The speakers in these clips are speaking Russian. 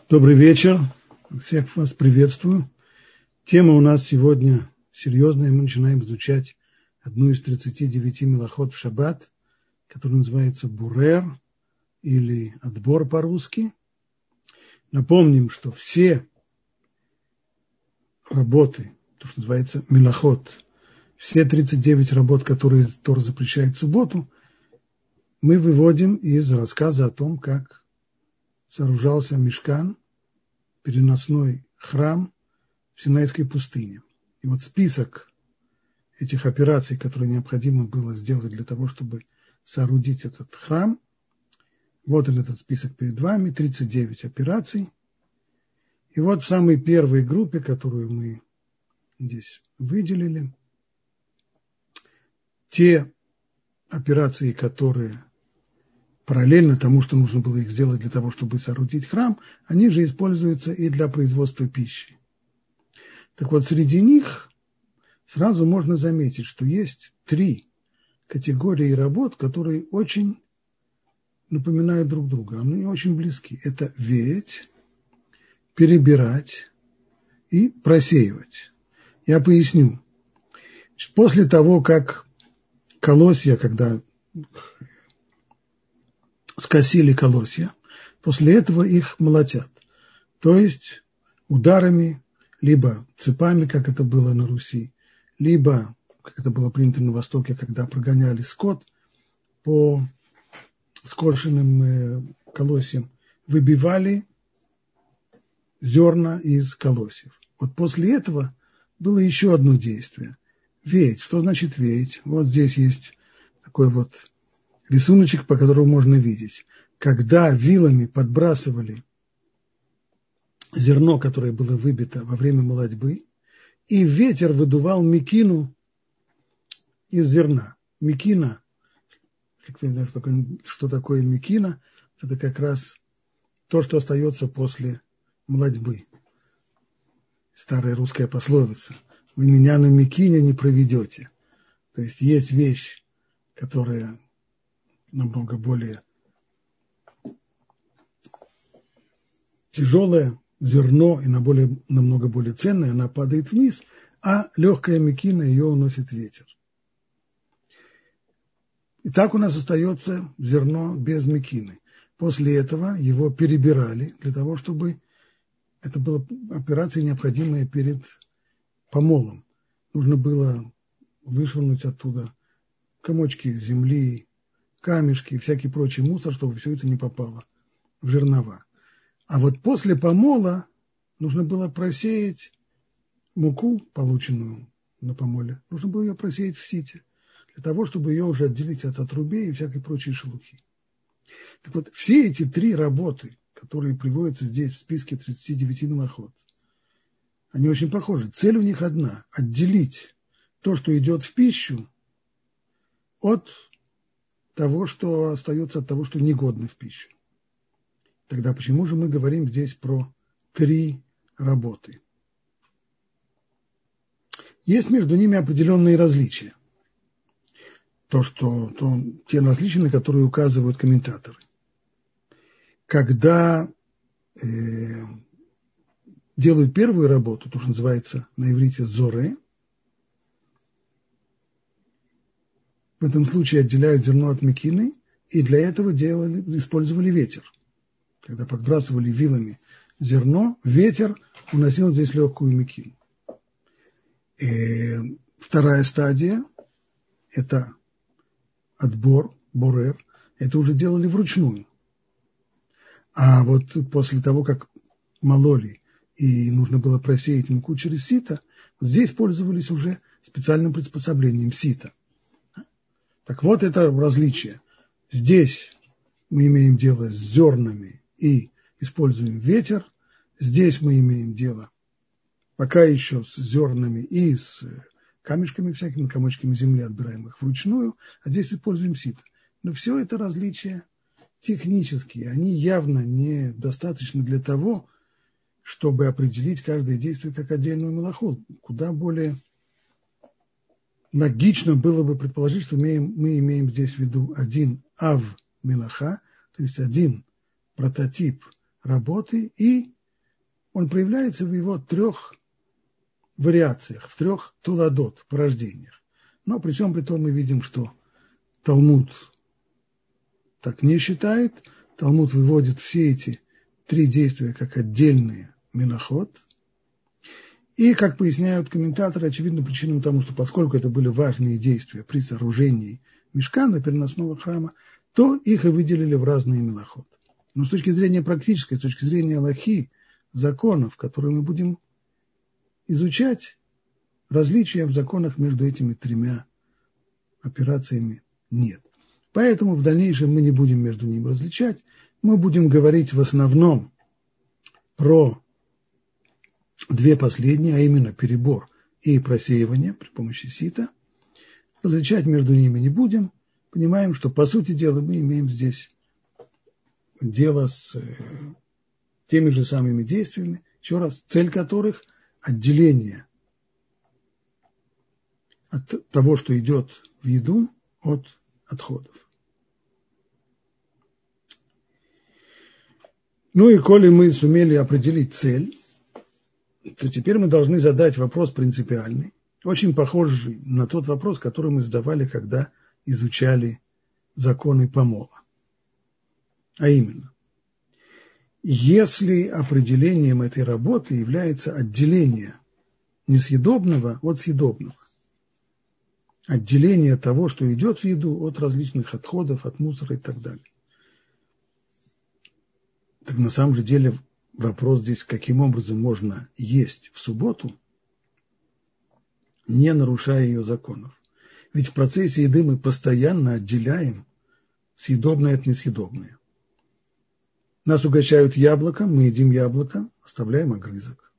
Добрый вечер, всех вас приветствую. Тема у нас сегодня серьезная. Мы начинаем изучать одну из 39 мелахот в шаббат, которая называется бурер или отбор по-русски. Напомним, что все работы, то, что называется мелахот, все 39 работ, которые Тора запрещает в субботу, мы выводим из рассказа о том, как сооружался Мишкан, переносной храм в Синайской пустыне. И вот список этих операций, которые необходимо было сделать для того, чтобы соорудить этот храм, вот он, этот список перед вами, 39 операций. И вот в самой первой группе, которую мы здесь выделили, те операции, которые параллельно тому, что нужно было их сделать для того, чтобы соорудить храм, они же используются и для производства пищи. Так вот, среди них сразу можно заметить, что есть три категории работ, которые очень напоминают друг друга, они очень близки. Это веять, перебирать и просеивать. Я поясню. После того, как колосья, когда скосили колосья, после этого их молотят. То есть ударами, либо цепами, как это было на Руси, либо, как это было принято на Востоке, когда прогоняли скот по скошенным колосьям, выбивали зерна из колосьев. Вот после этого было еще одно действие. Веять. Что значит веять? Вот здесь есть такой вот рисуночек, по которому можно видеть. Когда вилами подбрасывали зерно, которое было выбито во время молотьбы, и ветер выдувал мекину из зерна. Мекина, если кто не знает, что такое мекина, это как раз то, что остается после молотьбы. Старая русская пословица. Вы меня на мекине не проведете. То есть есть вещь, которая намного более тяжелое зерно и намного более ценное, она падает вниз, а легкая мекина ее уносит ветер. И так у нас остается зерно без мекины. После этого его перебирали для того, чтобы это была операция, необходимая перед помолом. Нужно было вышвырнуть оттуда комочки земли, камешки и всякий прочий мусор, чтобы все это не попало в жернова. А вот после помола нужно было просеять муку, полученную на помоле, нужно было ее просеять в сите, для того, чтобы ее уже отделить от отрубей и всякой прочей шелухи. Так вот, все эти три работы, которые приводятся здесь в списке 39 мелахот, они очень похожи. Цель у них одна – отделить то, что идет в пищу, от того, что остается, от того, что негодно в пищу. Тогда почему же мы говорим здесь про три работы? Есть между ними определенные различия. Те различия, на которые указывают комментаторы. Когда делают первую работу, то, что называется на иврите зоре, в этом случае отделяют зерно от мекины, и для этого использовали ветер. Когда подбрасывали вилами зерно, ветер уносил здесь легкую мекину. Вторая стадия – это отбор, борер, это уже делали вручную. А вот после того, как мололи и нужно было просеять муку через сито, здесь пользовались уже специальным приспособлением сито. Так вот это различие. Здесь мы имеем дело с зернами и используем ветер. Здесь мы имеем дело пока еще с зернами и с камешками всякими, комочками земли, отбираемых вручную, а здесь используем сито. Но все это различия технические, они явно недостаточны для того, чтобы определить каждое действие как отдельную мелаху. Куда более логично было бы предположить, что мы имеем здесь в виду один ав мелаха, то есть один прототип работы и он проявляется в его 3 вариациях, в 3 туладот, порождениях. Но при всем при том мы видим, что Талмуд так не считает. Талмуд выводит все эти 3 действия как отдельные миноход. И, как поясняют комментаторы, очевидно причиной тому, что поскольку это были важные действия при сооружении мишкана, переносного храма, то их и выделили в разные миноход. Но с точки зрения практической, с точки зрения алахи, законов, которые мы будем изучать, различия в законах между этими 3 операциями нет. Поэтому в дальнейшем мы не будем между ними различать. Мы будем говорить в основном про 2 последние, а именно перебор и просеивание при помощи сита. Различать между ними не будем. Понимаем, что по сути дела мы имеем здесь дело с теми же самыми действиями, еще раз, цель которых – отделение от того, что идет в еду, от отходов. Ну и коли мы сумели определить цель, то теперь мы должны задать вопрос принципиальный, очень похожий на тот вопрос, который мы задавали, когда изучали законы помола. А именно, если определением этой работы является отделение несъедобного от съедобного, отделение того, что идет в еду, от различных отходов, от мусора и так далее, так на самом же деле вопрос здесь, каким образом можно есть в субботу, не нарушая ее законов. Ведь в процессе еды мы постоянно отделяем съедобное от несъедобное. Нас угощают яблоком, мы едим яблоко, оставляем огрызок.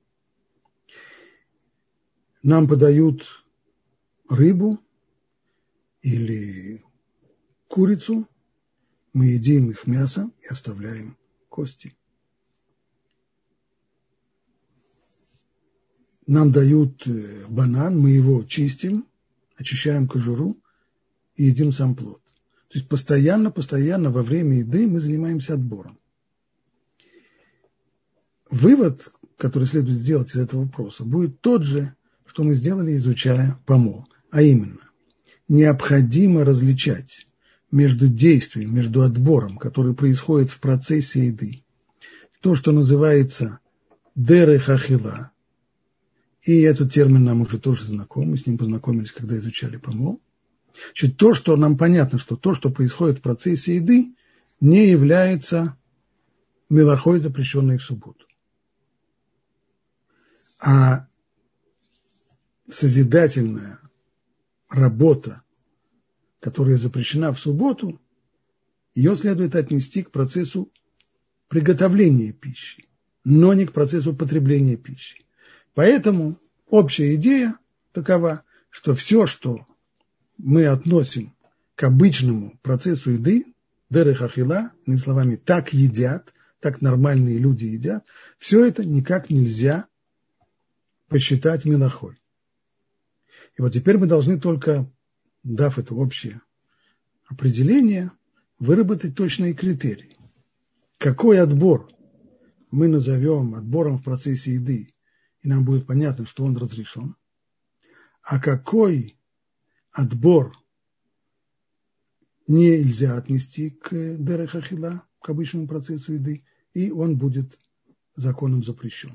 Нам подают рыбу или курицу, мы едим их мясо и оставляем кости. Нам дают банан, мы его чистим, очищаем кожуру и едим сам плод. То есть постоянно во время еды мы занимаемся отбором. Вывод, который следует сделать из этого вопроса, будет тот же, что мы сделали, изучая помол. А именно, необходимо различать между действием, между отбором, который происходит в процессе еды, то, что называется дерех ахила, и этот термин нам уже тоже знаком, мы с ним познакомились, когда изучали помол. Значит, то, что нам понятно, что то, что происходит в процессе еды, не является мелахой, запрещенной в субботу. А созидательная работа, которая запрещена в субботу, ее следует отнести к процессу приготовления пищи, но не к процессу потребления пищи. Поэтому общая идея такова, что все, что мы относим к обычному процессу еды, дерех ахила, иными словами, так едят, так нормальные люди едят, все это никак нельзя посчитать мелахой. И вот теперь мы должны только, дав это общее определение, выработать точные критерии. Какой отбор мы назовем отбором в процессе еды, и нам будет понятно, что он разрешен, а какой отбор нельзя отнести к дерех ахила, к обычному процессу еды, и он будет законом запрещен.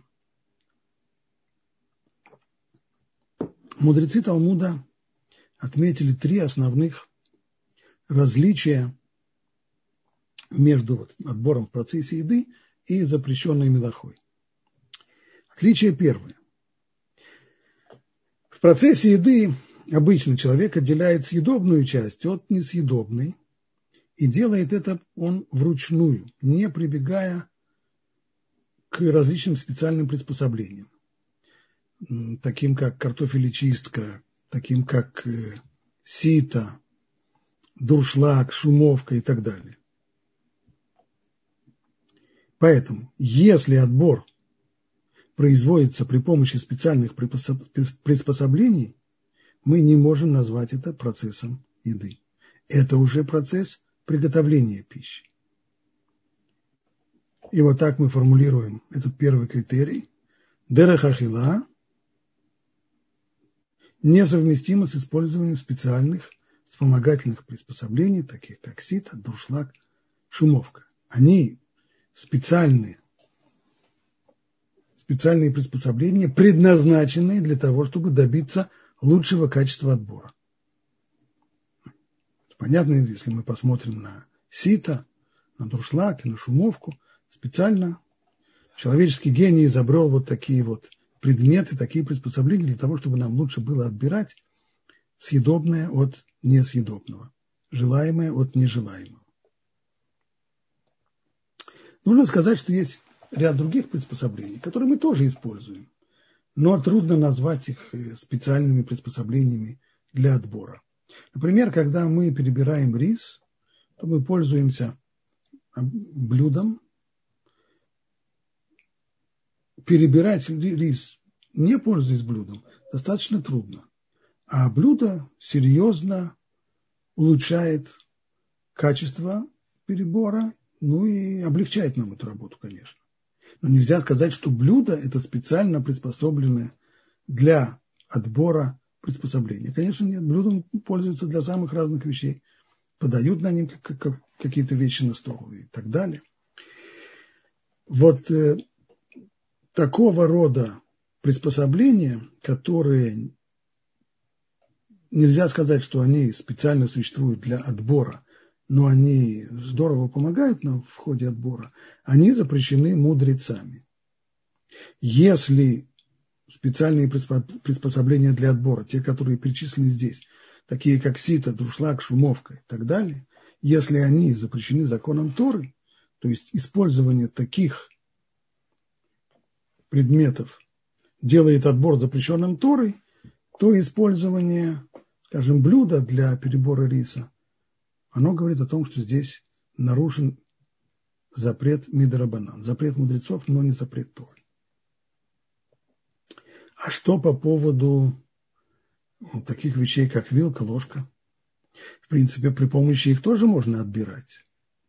Мудрецы Талмуда отметили 3 основных различия между отбором в процессе еды и запрещенной мелахой. Отличие первое. В процессе еды обычно человек отделяет съедобную часть от несъедобной, и делает это он вручную, не прибегая к различным специальным приспособлениям, таким как картофелечистка, таким как сито, дуршлаг, шумовка и так далее. Поэтому, если отбор производится при помощи специальных приспособлений, мы не можем назвать это процессом еды. Это уже процесс приготовления пищи. И вот так мы формулируем этот первый критерий. дерех ахила несовместимо с использованием специальных вспомогательных приспособлений, таких как сито, дуршлаг, шумовка. Они специальные приспособления, предназначенные для того, чтобы добиться лучшего качества отбора. Понятно, если мы посмотрим на сито, на дуршлаг и на шумовку, специально человеческий гений изобрел вот такие вот предметы, такие приспособления для того, чтобы нам лучше было отбирать съедобное от несъедобного, желаемое от нежелаемого. Нужно сказать, что есть ряд других приспособлений, которые мы тоже используем, но трудно назвать их специальными приспособлениями для отбора. Например, когда мы перебираем рис, то мы пользуемся блюдом. Перебирать рис, не пользуясь блюдом, достаточно трудно. А блюдо серьезно улучшает качество перебора, ну и облегчает нам эту работу, конечно. Но нельзя сказать, что блюдо – это специально приспособленное для отбора приспособление. Конечно, нет, блюдом пользуются для самых разных вещей. Подают на ним какие-то вещи на стол и так далее. Вот такого рода приспособления, которые нельзя сказать, что они специально существуют для отбора, но они здорово помогают нам в ходе отбора, они запрещены мудрецами. Если специальные приспособления для отбора, те, которые перечислены здесь, такие как сито, дуршлаг, шумовка и так далее, если они запрещены законом Торы, то есть использование таких предметов делает отбор запрещенным Торой, то использование, скажем, блюда для перебора риса, оно говорит о том, что здесь нарушен запрет мидрабанан, запрет мудрецов, но не запрет Торы. А что по поводу таких вещей, как вилка, ложка? В принципе, при помощи их тоже можно отбирать.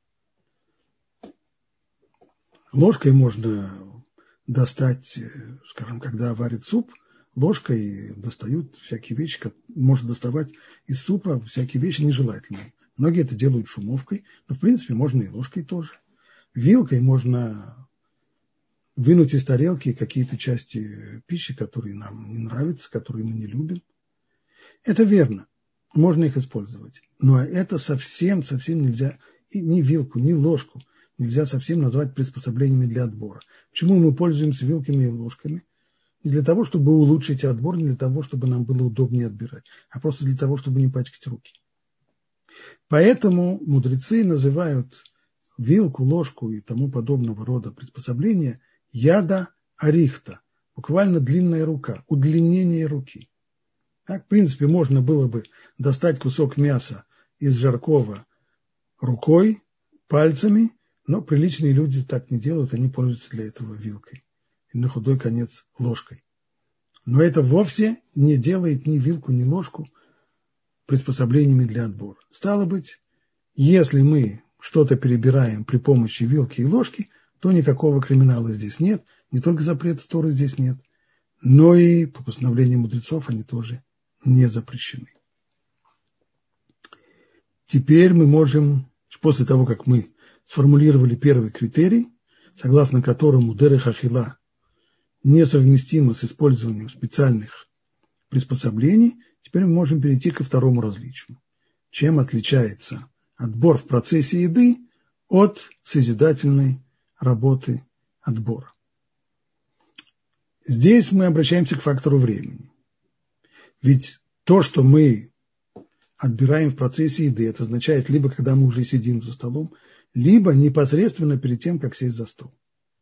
Ложкой можно достать, скажем, когда варят суп, ложкой достают всякие вещи, можно доставать из супа всякие вещи нежелательные. Многие это делают шумовкой, но в принципе можно и ложкой тоже. Вилкой можно вынуть из тарелки какие-то части пищи, которые нам не нравятся, которые мы не любим. Это верно, можно их использовать, но это совсем нельзя, и ни вилку, ни ложку нельзя совсем назвать приспособлениями для отбора. Почему мы пользуемся вилками и ложками? Не для того, чтобы улучшить отбор, не для того, чтобы нам было удобнее отбирать, а просто для того, чтобы не пачкать руки. Поэтому мудрецы называют вилку, ложку и тому подобного рода приспособления яда арихта, буквально длинная рука, удлинение руки. Так, в принципе, можно было бы достать кусок мяса из жаркого рукой, пальцами, но приличные люди так не делают, они пользуются для этого вилкой, и на худой конец ложкой. Но это вовсе не делает ни вилку, ни ложку приспособлениями для отбора. Стало быть, если мы что-то перебираем при помощи вилки и ложки, то никакого криминала здесь нет, не только запрета Торы здесь нет, но и по постановлению мудрецов они тоже не запрещены. Теперь мы можем, после того, как мы сформулировали первый критерий, согласно которому дерех ахила несовместимо с использованием специальных приспособлений, теперь мы можем перейти ко второму различию. Чем отличается отбор в процессе еды от созидательной работы отбора? Здесь мы обращаемся к фактору времени. Ведь то, что мы отбираем в процессе еды, это означает либо когда мы уже сидим за столом, либо непосредственно перед тем, как сесть за стол.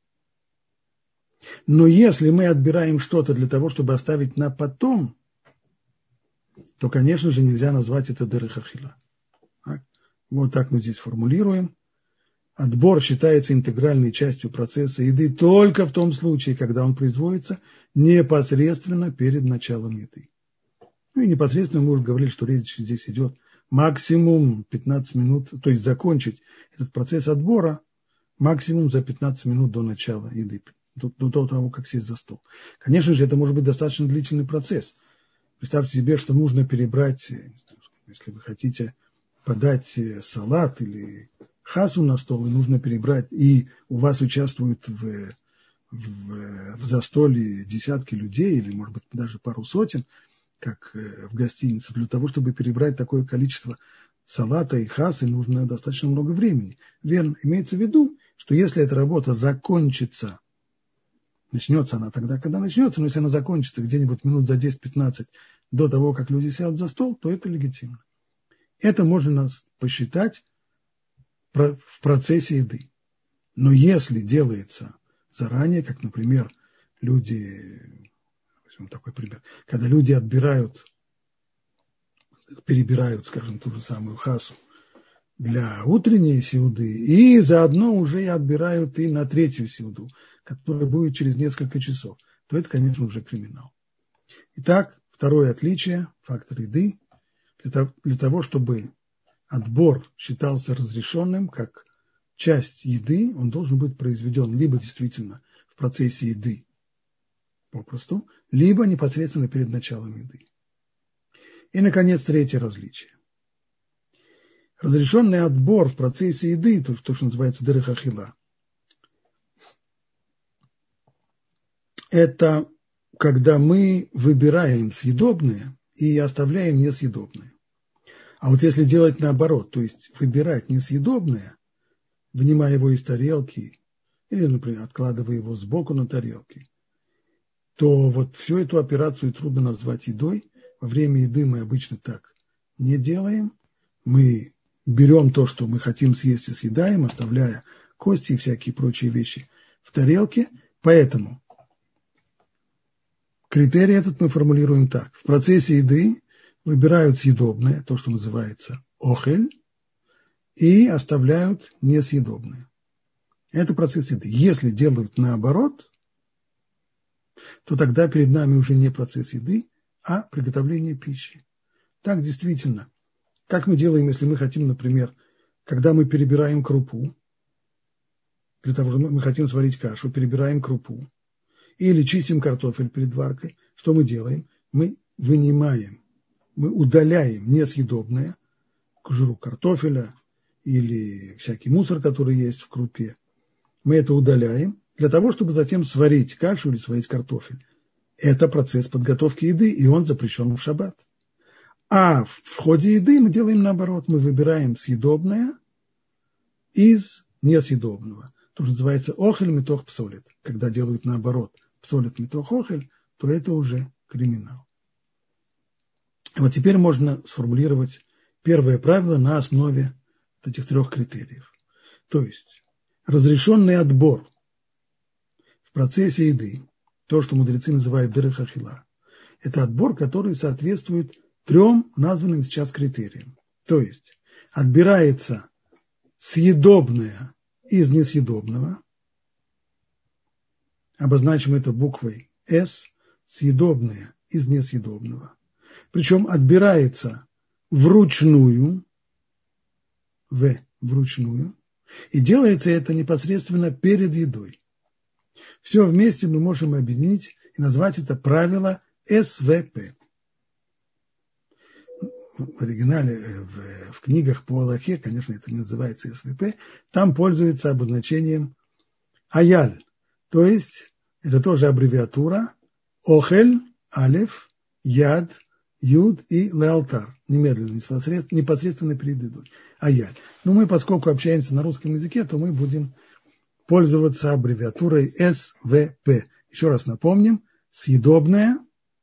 Но если мы отбираем что-то для того, чтобы оставить на потом, то, конечно же, нельзя назвать это дерех ахила. Вот так мы здесь формулируем. Отбор считается интегральной частью процесса еды только в том случае, когда он производится непосредственно перед началом еды. Ну и непосредственно мы уже говорили, что речь здесь идет максимум 15 минут, то есть закончить этот процесс отбора максимум за 15 минут до начала еды. до того, как сесть за стол. Конечно же, это может быть достаточно длительный процесс. Представьте себе, что нужно перебрать, если вы хотите подать салат или хасу на стол, и нужно перебрать, и у вас участвуют в застолье десятки людей, или, может быть, даже пару сотен, как в гостинице, для того, чтобы перебрать такое количество салата и хасы, нужно достаточно много времени. Верно, имеется в виду, что если эта работа закончится, начнется она тогда, когда начнется, но если она закончится где-нибудь минут за 10-15 до того, как люди сядут за стол, то это легитимно. Это можно посчитать в процессе еды. Но если делается заранее, как, например, люди, возьмем такой пример, когда люди перебирают, скажем, ту же самую хасу для утренней сеуды, и заодно уже и отбирают и на третью сеуду, которая будет через несколько часов, то это, конечно, уже криминал. Итак, второе отличие, фактор еды, для того, чтобы отбор считался разрешенным, как часть еды, он должен быть произведен либо действительно в процессе еды попросту, либо непосредственно перед началом еды. И, наконец, третье различие. Разрешенный отбор в процессе еды, то, что называется дерех ахила, это когда мы выбираем съедобное и оставляем несъедобное. А вот если делать наоборот, то есть выбирать несъедобное, вынимая его из тарелки или, например, откладывая его сбоку на тарелке, то вот всю эту операцию трудно назвать едой. Во время еды мы обычно так не делаем. Мы берем то, что мы хотим съесть, и съедаем, оставляя кости и всякие прочие вещи в тарелке. Поэтому критерий этот мы формулируем так. В процессе еды выбирают съедобное, то, что называется охель, и оставляют несъедобное. Это процесс еды. Если делают наоборот, то тогда перед нами уже не процесс еды, а приготовление пищи. Так действительно, как мы делаем, если мы хотим, например, когда мы перебираем крупу, для того, чтобы мы хотим сварить кашу, перебираем крупу, или чистим картофель перед варкой, что мы делаем? Мы вынимаем, мы удаляем несъедобное, кожуру картофеля или всякий мусор, который есть в крупе. Мы это удаляем для того, чтобы затем сварить кашу или сварить картофель. Это процесс подготовки еды, и он запрещен в шаббат. А в ходе еды мы делаем наоборот. Мы выбираем съедобное из несъедобного. То, что называется охель митох псолит. Когда делают наоборот псолит митох охель, то это уже криминал. Вот теперь можно сформулировать первое правило на основе этих трех критериев. То есть разрешенный отбор в процессе еды, то, что мудрецы называют дерех ахила, это отбор, который соответствует трем названным сейчас критериям. То есть отбирается съедобное из несъедобного, обозначим это буквой «С», съедобное из несъедобного. Причем отбирается вручную, вручную, и делается это непосредственно перед едой. Все вместе мы можем объединить и назвать это правило СВП. В оригинале, в книгах по алахе, конечно, это не называется СВП, там пользуется обозначением аяль, то есть это тоже аббревиатура охель, алеф, яд, юд и леалтар, немедленно, непосредственно перед едой, аяль. Но мы, поскольку общаемся на русском языке, то мы будем пользоваться аббревиатурой СВП. Еще раз напомним, съедобное,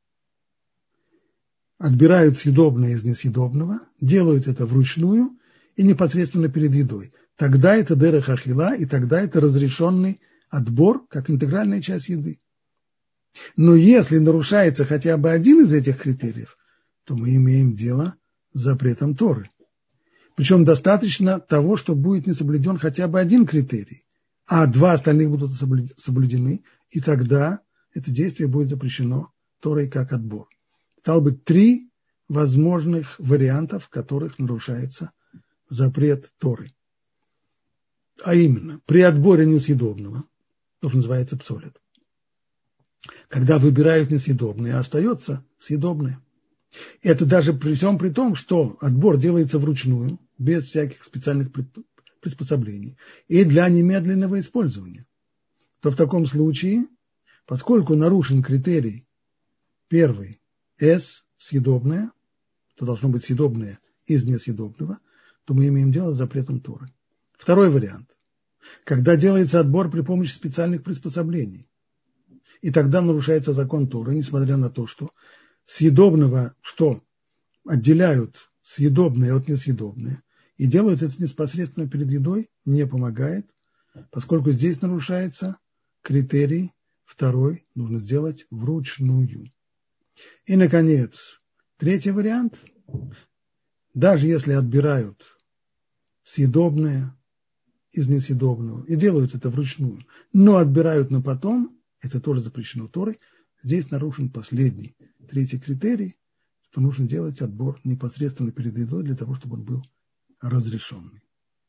отбирают съедобное из несъедобного, делают это вручную и непосредственно перед едой. Тогда это дерех ахила, и тогда это разрешенный отбор, как интегральная часть еды. Но если нарушается хотя бы один из этих критериев, то мы имеем дело с запретом Торы. Причем достаточно того, что будет не соблюден хотя бы один критерий, а два остальных будут соблюдены, и тогда это действие будет запрещено Торой как отбор. Стало быть, три возможных варианта, в которых нарушается запрет Торы. А именно, при отборе несъедобного, то, что называется псолит. Когда выбирают несъедобные, а остается съедобное. Это даже при всем при том, что отбор делается вручную, без всяких специальных приспособлений, и для немедленного использования. То в таком случае, поскольку нарушен критерий первый, S, съедобное, то должно быть съедобное из несъедобного, то мы имеем дело с запретом Торы. Второй вариант. Когда делается отбор при помощи специальных приспособлений, и тогда нарушается закон Торы, несмотря на то, что съедобного, что отделяют съедобное от несъедобное, и делают это непосредственно перед едой, не помогает, поскольку здесь нарушается критерий второй, нужно сделать вручную. И, наконец, третий вариант. Даже если отбирают съедобное из несъедобного и делают это вручную, но отбирают на потом, это тоже запрещено Торой, здесь нарушен последний, третий критерий, что нужно делать отбор непосредственно перед едой для того, чтобы он был разрешенный.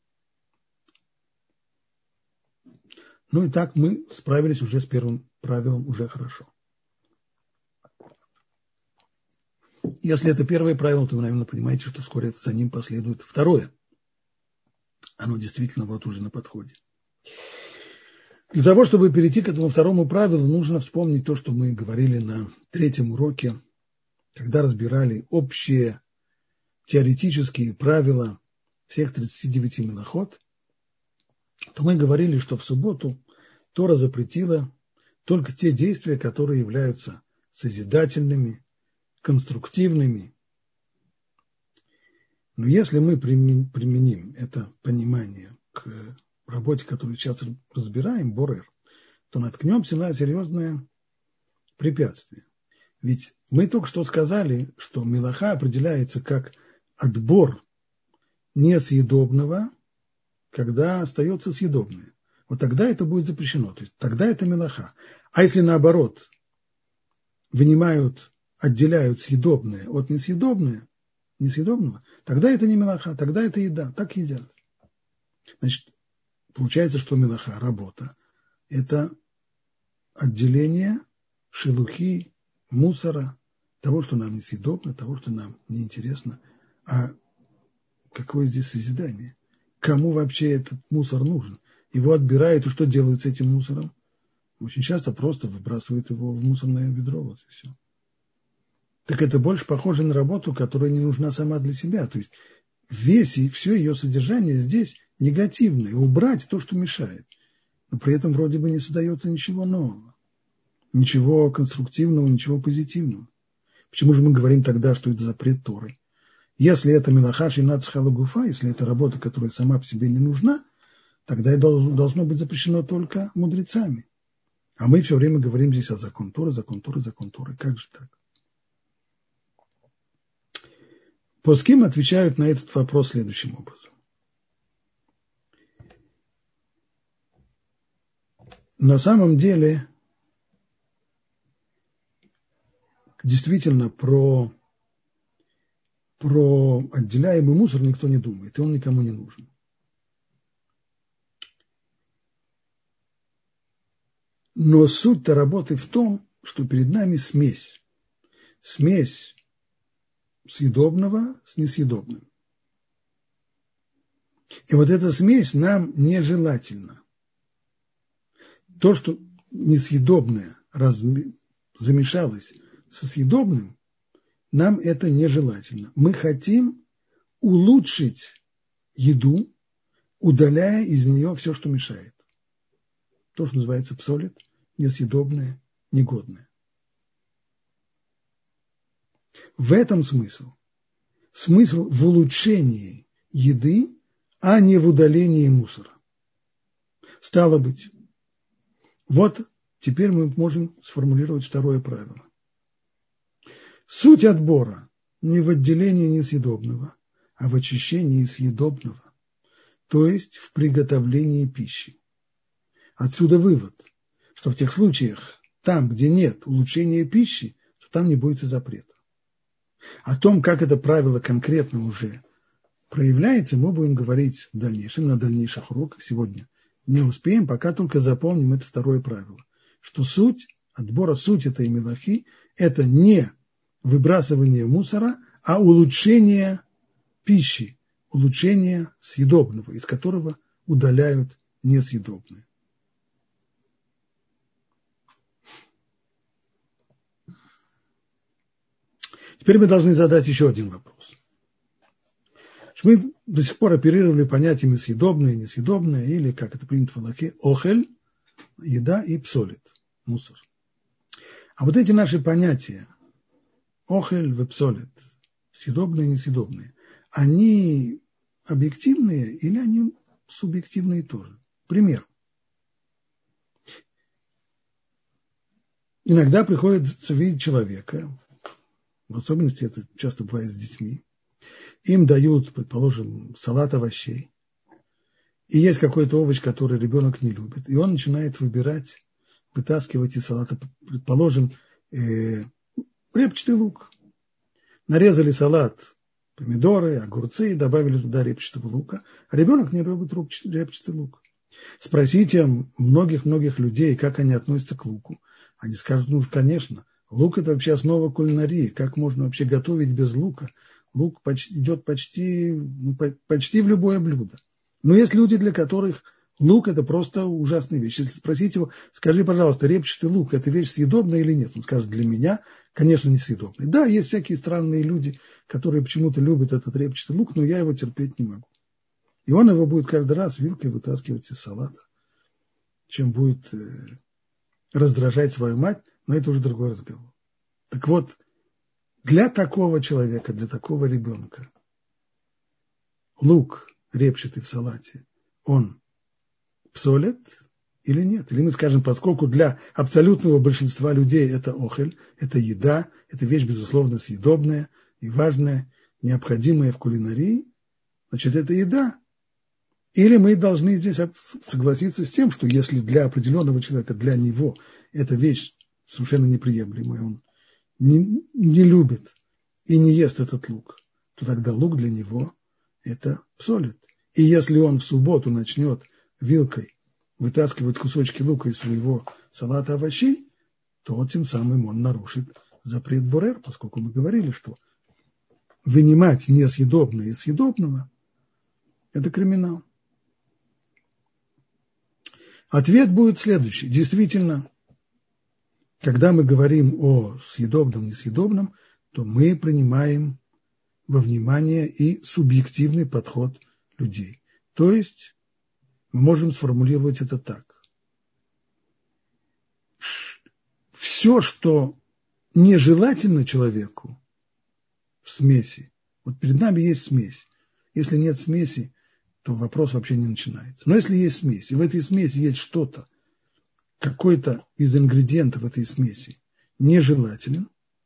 Ну и так мы справились уже с первым правилом уже хорошо. Если это первое правило, то вы, наверное, понимаете, что вскоре за ним последует второе. Оно действительно вот уже на подходе. Для того, чтобы перейти к этому второму правилу, нужно вспомнить то, что мы говорили на третьем уроке, когда разбирали общие теоретические правила всех 39 мелахот, то мы говорили, что в субботу Тора запретила только те действия, которые являются созидательными, конструктивными. Но если мы применим это понимание к работе, которую сейчас разбираем, Борер, то наткнемся на серьезное препятствие. Ведь мы только что сказали, что мелаха определяется как отбор несъедобного, когда остается съедобное. Вот тогда это будет запрещено. То есть тогда это мелаха. А если наоборот, отделяют съедобное от несъедобного, тогда это не мелаха, тогда это еда, так едят. Значит, получается, что мелаха, работа, это отделение шелухи, мусора, того, что нам несъедобно, того, что нам неинтересно. А какое здесь созидание? Кому вообще этот мусор нужен? Его отбирают, и что делают с этим мусором? Очень часто просто выбрасывают его в мусорное ведро, вот и все. Так это больше похоже на работу, которая не нужна сама для себя. То есть все ее содержание здесь негативное. Убрать то, что мешает. Но при этом вроде бы не создается ничего нового. Ничего конструктивного, ничего позитивного. Почему же мы говорим тогда, что это запрет Торы? Если это мелаха шинат цхала гуфа, если это работа, которая сама по себе не нужна, тогда это должно быть запрещено только мудрецами. А мы все время говорим здесь о закон Торы, закон Торы, закон Торы. Как же так? Поским отвечают на этот вопрос следующим образом. На самом деле, действительно, про отделяемый мусор никто не думает, и он никому не нужен. Но суть-то работы в том, что перед нами смесь. Смесь съедобного с несъедобным. И вот эта смесь нам нежелательна. То, что несъедобное замешалось со съедобным, нам это нежелательно. Мы хотим улучшить еду, удаляя из нее все, что мешает. То, что называется псолит, несъедобное, негодное. В этом смысл. Смысл в улучшении еды, а не в удалении мусора. Стало быть, вот теперь мы можем сформулировать второе правило. Суть отбора не в отделении несъедобного, а в очищении съедобного, то есть в приготовлении пищи. Отсюда вывод, что в тех случаях, там, где нет улучшения пищи, то там не будет и запрета. О том, как это правило конкретно уже проявляется, мы будем говорить в дальнейшем, на дальнейших уроках. Сегодня Не успеем, пока только запомним это второе правило, что суть отбора, суть этой мелахи – это не выбрасывание мусора, а улучшение пищи, улучшение съедобного, из которого удаляют несъедобное. Теперь мы должны задать еще один вопрос. Мы до сих пор оперировали понятиями съедобное, несъедобное, или, как это принято в Алахе, охель, еда, и псолит, мусор. А вот эти наши понятия, охель и псолит, съедобные и несъедобные, они объективные или они субъективные тоже? Пример. Иногда приходится видеть человека, в особенности это часто бывает с детьми, им дают, предположим, салат овощей, и есть какой-то овощ, который ребенок не любит, и он начинает выбирать, вытаскивать из салата, предположим, репчатый лук. Нарезали салат, помидоры, огурцы, добавили туда репчатого лука, а ребенок не любит репчатый лук. Спросите многих-многих людей, как они относятся к луку. Они скажут, ну, конечно, лук – это вообще основа кулинарии, как можно вообще готовить без лука? Лук идет почти в любое блюдо. Но есть люди, для которых лук – это просто ужасная вещь. Если спросить его, скажи, пожалуйста, репчатый лук – это вещь съедобная или нет? Он скажет, для меня, конечно, не съедобная. Да, есть всякие странные люди, которые почему-то любят этот репчатый лук, но я его терпеть не могу. И он его будет каждый раз вилкой вытаскивать из салата, чем будет раздражать свою мать, но это уже другой разговор. Так вот, для такого человека, для такого ребенка лук репчатый в салате, он псолит или нет? Или мы скажем, поскольку для абсолютного большинства людей это охель, это еда, это вещь, безусловно, съедобная и важная, необходимая в кулинарии, значит, это еда. Или мы должны здесь согласиться с тем, что если для определенного человека, для него эта вещь совершенно неприемлемая, он не любит и не ест этот лук, то тогда лук для него это псолит. И если он в субботу начнет вилкой вытаскивать кусочки лука из своего салата овощей, то тем самым он нарушит запрет борер, поскольку мы говорили, что вынимать несъедобное из съедобного – это криминал. Ответ будет следующий. Действительно, когда мы говорим о съедобном, несъедобном, то мы принимаем во внимание и субъективный подход людей. То есть мы можем сформулировать это так. Все, что нежелательно человеку в смеси, вот перед нами есть смесь. Если нет смеси, то вопрос вообще не начинается. Но если есть смесь, и в этой смеси есть что-то, какой-то из ингредиентов этой смеси нежелателен,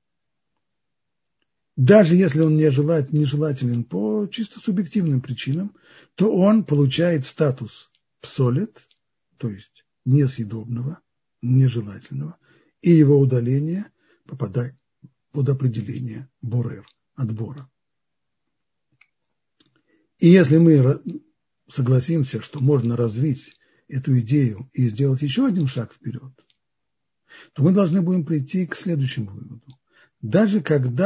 даже если он нежелателен по чисто субъективным причинам, то он получает статус псолит, то есть несъедобного, нежелательного, и его удаление попадает под определение борер, отбора. И если мы согласимся, что можно развить эту идею и сделать еще один шаг вперед, то мы должны будем прийти к следующему выводу. Даже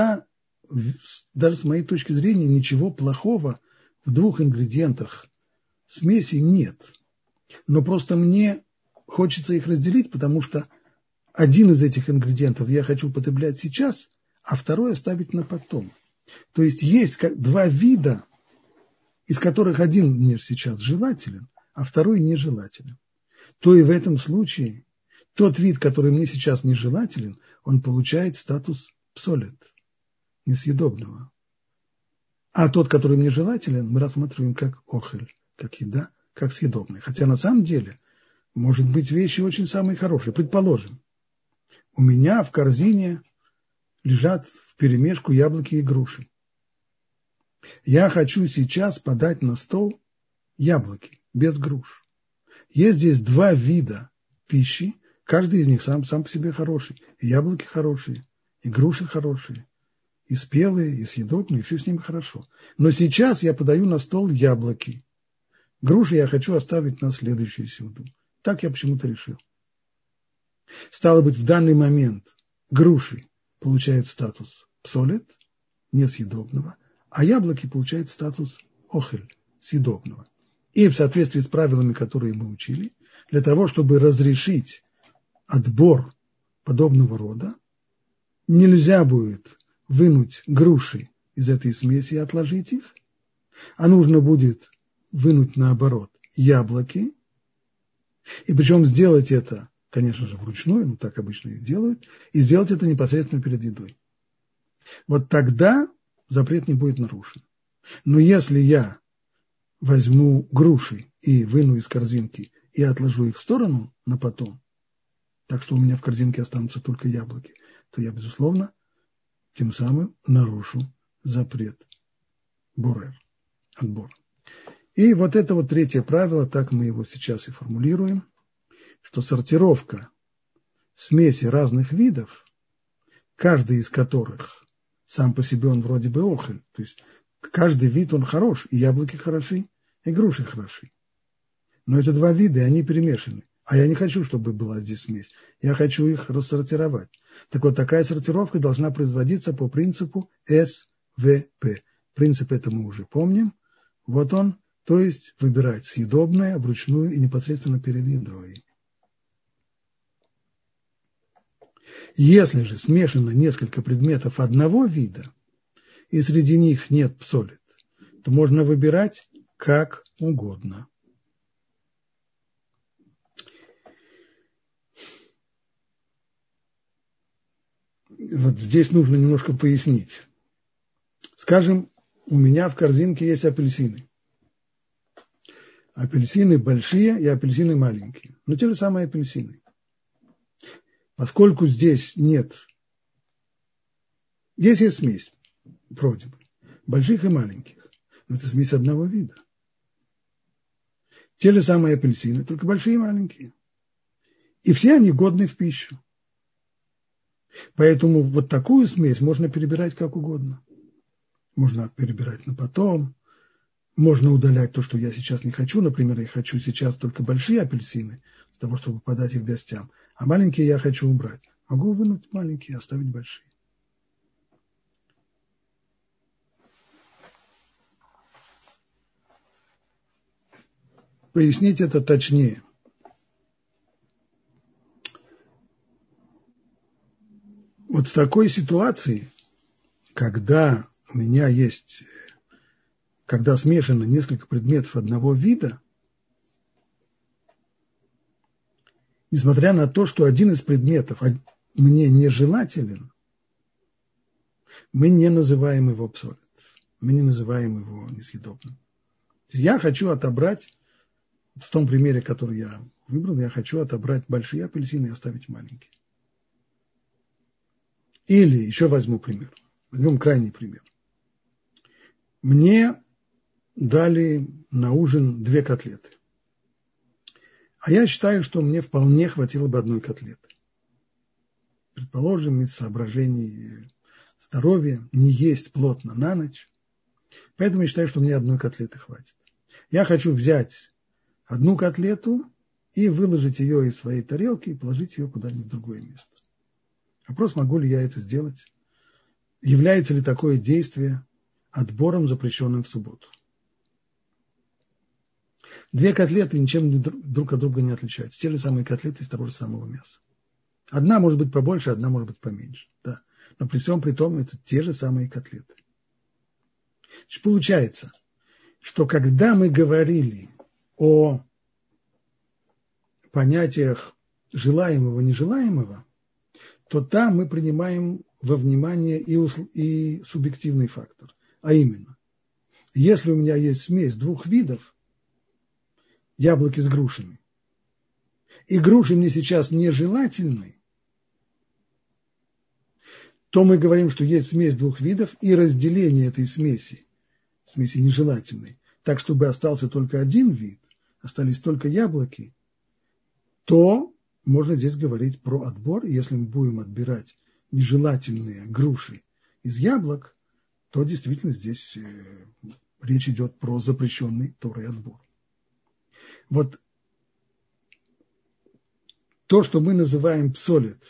с моей точки зрения, ничего плохого в двух ингредиентах смеси нет. Но просто мне хочется их разделить, потому что один из этих ингредиентов я хочу употреблять сейчас, а второй оставить на потом. То есть два вида, из которых один мне сейчас желателен, а второй нежелателен. То и в этом случае тот вид, который мне сейчас нежелателен, он получает статус псолит, несъедобного. А тот, который мне желателен, мы рассматриваем как охель, как еда, как съедобный. Хотя на самом деле, может быть, вещи очень самые хорошие. Предположим, у меня в корзине лежат вперемешку яблоки и груши. Я хочу сейчас подать на стол яблоки без груш. Есть здесь два вида пищи, каждый из них сам по себе хороший. И яблоки хорошие, и груши хорошие, и спелые, и съедобные, и все с ними хорошо. Но сейчас я подаю на стол яблоки. груши я хочу оставить на следующую сюду. Так я почему-то решил. Стало быть, в данный момент груши получают статус псолет, несъедобного, а яблоки получают статус охель, съедобного. И в соответствии с правилами, которые мы учили, для того, чтобы разрешить отбор подобного рода, нельзя будет вынуть груши из этой смеси и отложить их, а нужно будет вынуть наоборот яблоки, и причем сделать это, конечно же, вручную, ну так обычно и делают, и сделать это непосредственно перед едой. Вот тогда запрет не будет нарушен. Но если я возьму груши и выну из корзинки и отложу их в сторону на потом, так что у меня в корзинке останутся только яблоки, то я, безусловно, тем самым нарушу запрет борер, отбор. И вот это вот третье правило, так мы его сейчас и формулируем, что сортировка смеси разных видов, каждый из которых сам по себе он вроде бы охель, то есть каждый вид он хорош, и яблоки хороши, и груши хороши. Но это два вида, и они перемешаны. А я не хочу, чтобы была здесь смесь. Я хочу их рассортировать. Так вот, такая сортировка должна производиться по принципу СВП. Принцип это мы уже помним. Вот он, то есть выбирать съедобное вручную и непосредственно перед едой. Если же смешано несколько предметов одного вида, и среди них нет псолит, то можно выбирать как угодно. Вот здесь нужно немножко пояснить. Скажем, у меня в корзинке есть апельсины. Апельсины большие и апельсины маленькие. Но те же самые апельсины. Поскольку здесь нет, здесь есть смесь, вроде бы, больших и маленьких. Но это смесь одного вида. Те же самые апельсины, только большие и маленькие. И все они годны в пищу. Поэтому вот такую смесь можно перебирать как угодно. Можно перебирать на потом, можно удалять то, что я сейчас не хочу. Например, я хочу сейчас только большие апельсины, для того, чтобы подать их гостям, а маленькие я хочу убрать. Могу вынуть маленькие, оставить большие. Пояснить это точнее. Вот в такой ситуации, когда у меня есть, когда смешано несколько предметов одного вида, несмотря на то, что один из предметов мне нежелателен, мы не называем его псолет, мы не называем его несъедобным. Я хочу отобрать, в том примере, который я выбрал, я хочу отобрать большие апельсины и оставить маленькие. Или еще возьму пример. Возьмем крайний пример. Мне дали на ужин 2 котлеты. А я считаю, что мне вполне хватило бы одной котлеты. Предположим, из соображений здоровья не есть плотно на ночь. Поэтому я считаю, что мне одной котлеты хватит. Я хочу взять одну котлету и выложить ее из своей тарелки и положить ее куда-нибудь в другое место. Вопрос, могу ли я это сделать? Является ли такое действие отбором, запрещенным в субботу? 2 котлеты ничем друг от друга не отличаются. Те же самые котлеты из того же самого мяса. Одна может быть побольше, одна может быть поменьше. Да. Но при всем при том, это те же самые котлеты. Значит, получается, что когда мы говорили о понятиях желаемого и нежелаемого, то там мы принимаем во внимание и субъективный фактор. А именно, если у меня есть смесь 2 видов, яблоки с грушами, и груши мне сейчас нежелательны, то мы говорим, что есть смесь 2 видов, и разделение этой смеси нежелательной, так, чтобы остался только один вид, остались только яблоки, то можно здесь говорить про отбор. Если мы будем отбирать нежелательные груши из яблок, то действительно здесь речь идет про запрещенный Торой отбор. Вот то, что мы называем псолет,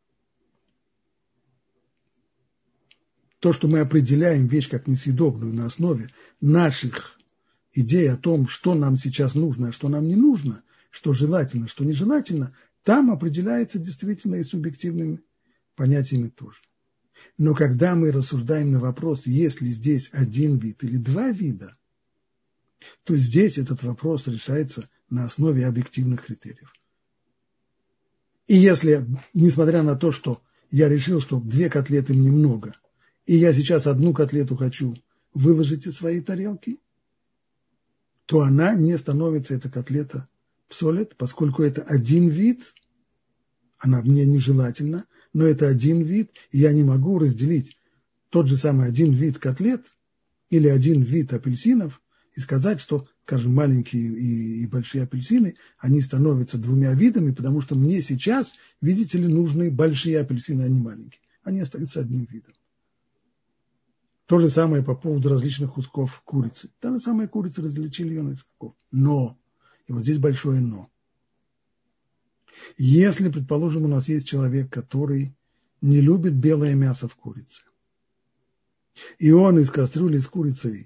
то, что мы определяем вещь как несъедобную на основе наших идей о том, что нам сейчас нужно, а что нам не нужно, что желательно, что нежелательно, там определяется действительно и субъективными понятиями тоже. Но когда мы рассуждаем на вопрос, есть ли здесь один вид или два вида, то здесь этот вопрос решается на основе объективных критериев. И если, несмотря на то, что я решил, что 2 котлеты мне много, и я сейчас 1 котлету хочу выложить из своей тарелки, то она не становится, эта котлета, псолет, поскольку это один вид, она мне нежелательна, но это один вид, и я не могу разделить тот же самый один вид котлет или один вид апельсинов и сказать, что, скажем, маленькие и большие апельсины, они становятся 2 видами, потому что мне сейчас, видите ли, нужны большие апельсины, а не маленькие. Они остаются одним видом. То же самое по поводу различных кусков курицы. Та же самая курица, различили ее на кусков. Но, и вот здесь большое но. Если, предположим, у нас есть человек, который не любит белое мясо в курице, и он из кастрюли с курицей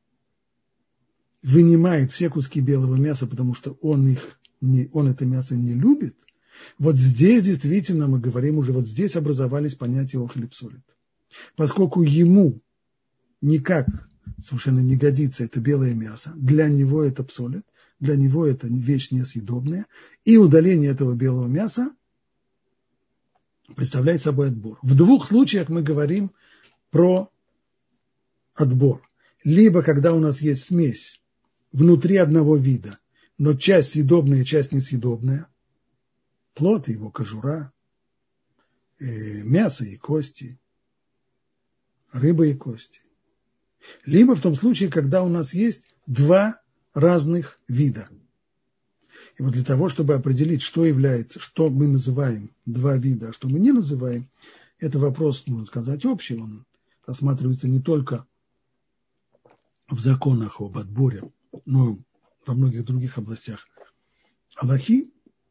вынимает все куски белого мяса, потому что он это мясо не любит, вот здесь действительно мы говорим уже, вот здесь образовались понятия охель и псолет. Поскольку ему никак совершенно не годится это белое мясо, для него это псолет, для него это вещь несъедобная, и удаление этого белого мяса представляет собой отбор. В 2 случаях мы говорим про отбор. Либо когда у нас есть смесь внутри одного вида, но часть съедобная, часть несъедобная, плод и его кожура, мясо и кости, рыба и кости. Либо в том случае, когда у нас есть 2 разных вида. И вот для того, чтобы определить, что является, что мы называем 2 вида, а что мы не называем, это вопрос, можно сказать, общий. Он рассматривается не только в законах об отборе, но во многих других областях алахи,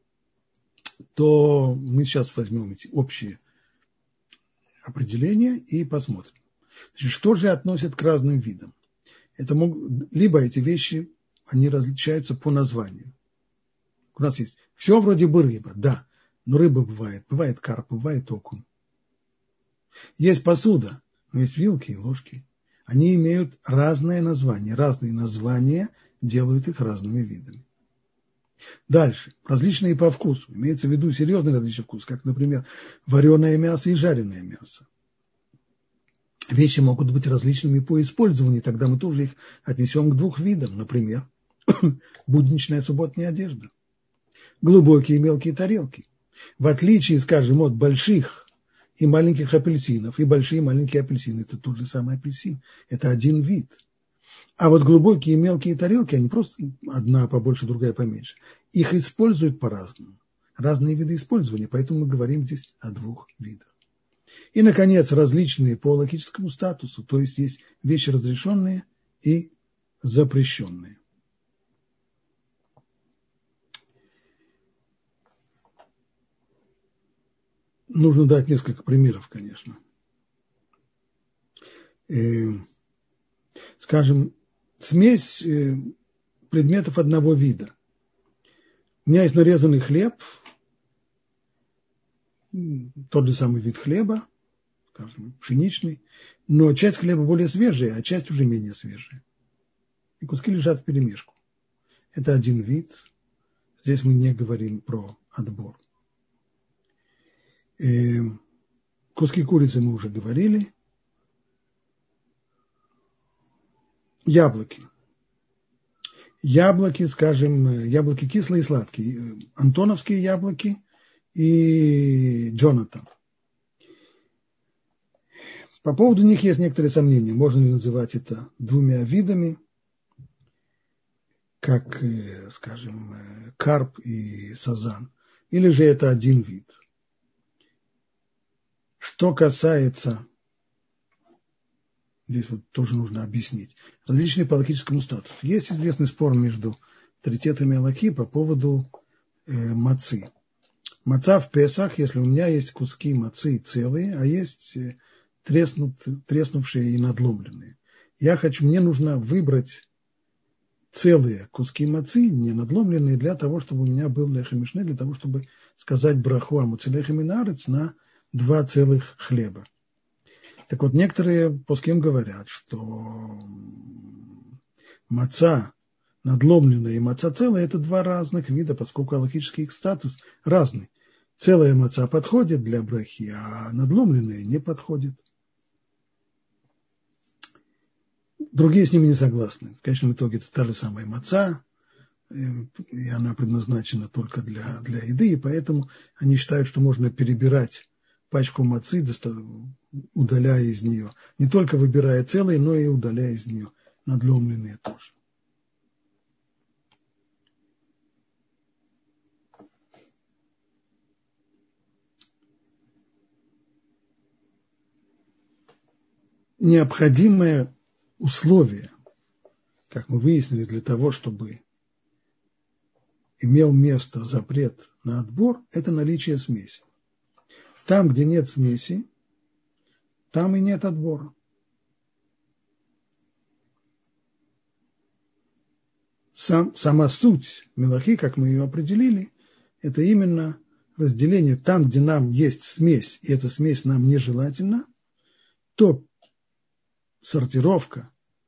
то мы сейчас возьмем эти общие определения и посмотрим. Значит, что же относят к разным видам? Это либо эти вещи, они различаются по названию. У нас есть все вроде бы рыба, да, но рыба бывает карп, бывает окунь. Есть посуда, но есть вилки и ложки. Они имеют разные названия делают их разными видами. Дальше, различные по вкусу, имеется в виду серьезный различный вкус, как, например, вареное мясо и жареное мясо. Вещи могут быть различными по использованию, тогда мы тоже их отнесем к 2 видам, например, будничная субботняя одежда, глубокие и мелкие тарелки. В отличие, скажем, от больших и маленьких апельсинов, и большие и маленькие апельсины – это тот же самый апельсин, это один вид. А вот глубокие и мелкие тарелки, они просто одна побольше, другая поменьше. Их используют по-разному, разные виды использования, поэтому мы говорим здесь о 2 видах. И, наконец, различные по логическому статусу, то есть вещи разрешенные и запрещенные. Нужно дать несколько примеров, конечно. Скажем, смесь предметов одного вида. У меня есть нарезанный хлеб, тот же самый вид хлеба, скажем, пшеничный, но часть хлеба более свежая, а часть уже менее свежая. И куски лежат вперемешку. Это один вид. Здесь мы не говорим про отбор. Куски курицы мы уже говорили. Яблоки. Яблоки, скажем, яблоки кислые и сладкие. Антоновские яблоки и Джонатан. По поводу них есть некоторые сомнения. Можно ли называть это 2 видами, как, скажем, карп и сазан, или же это один вид. Что касается, здесь вот тоже нужно объяснить, различные по логическому статусу. Есть известный спор между авторитетами Алахи по поводу мацы. Маца в Песах, если у меня есть куски мацы целые, а есть треснувшие и надломленные. Мне нужно выбрать целые куски мацы, не надломленные, для того, чтобы у меня был лехем мишне, для того, чтобы сказать браху амуци лехем мин аарец на 2 целых хлеба. Так вот, некоторые поским говорят, что маца надломленная и маца целая – это 2 разных вида, поскольку алахический их статус разный. Целая маца подходит для брахи, а надломленная не подходит. Другие с ними не согласны. В конечном итоге это та же самая маца, и она предназначена только для еды, и поэтому они считают, что можно перебирать пачку мацы, удаляя из нее, не только выбирая целые, но и удаляя из нее надломленные тоже. Необходимое условие, как мы выяснили, для того, чтобы имел место запрет на отбор, это наличие смеси. Там, где нет смеси, там и нет отбора. Сама суть мелахи, как мы ее определили, это именно разделение там, где нам есть смесь, и эта смесь нам нежелательна, то сортировка,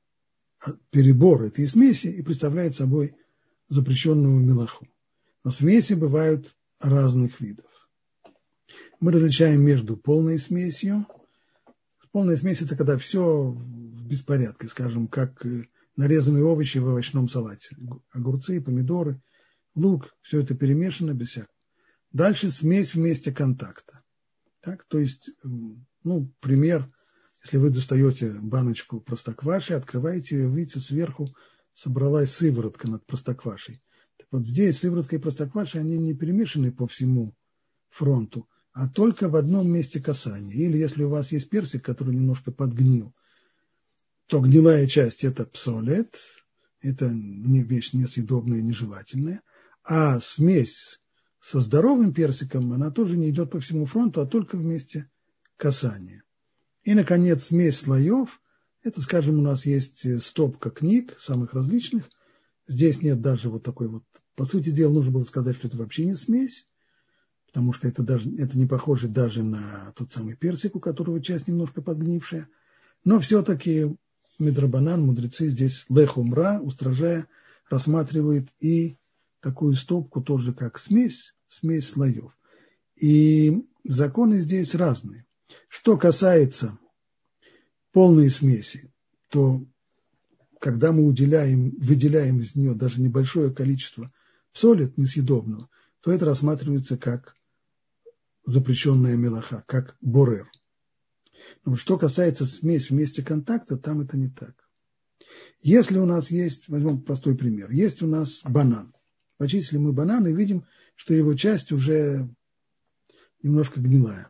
перебор этой смеси и представляет собой запрещенную мелаху. Но смеси бывают разных видов. Мы различаем между полной смесью. Полная смесь – это когда все в беспорядке, скажем, как нарезанные овощи в овощном салате. Огурцы, помидоры, лук – все это перемешано без всякого. Дальше смесь в месте контакта. Так, то есть, пример, если вы достаете баночку простокваши, открываете ее, видите, сверху собралась сыворотка над простоквашей. Так вот здесь сыворотка и простокваша, они не перемешаны по всему фронту, а только в одном месте касания. Или если у вас есть персик, который немножко подгнил, то гнилая часть – это псолет, это вещь несъедобная, нежелательная, а смесь со здоровым персиком, она тоже не идет по всему фронту, а только в месте касания. И, наконец, смесь слоев – это, скажем, у нас есть стопка книг, самых различных. Здесь нет даже вот такой вот… По сути дела, нужно было сказать, что это вообще не смесь, потому что это не похоже даже на тот самый персик, у которого часть немножко подгнившая. Но все-таки мидрабанан, мудрецы здесь лехумра, устражая, рассматривают и такую стопку тоже как смесь слоев. И законы здесь разные. Что касается полной смеси, то когда мы выделяем из нее даже небольшое количество псолет несъедобного, то это рассматривается как запрещенная мелаха, как борер. Но что касается смеси в месте контакта, там это не так. Если у нас есть, возьмем простой пример, есть у нас банан. Почистили мы банан и видим, что его часть уже немножко гнилая.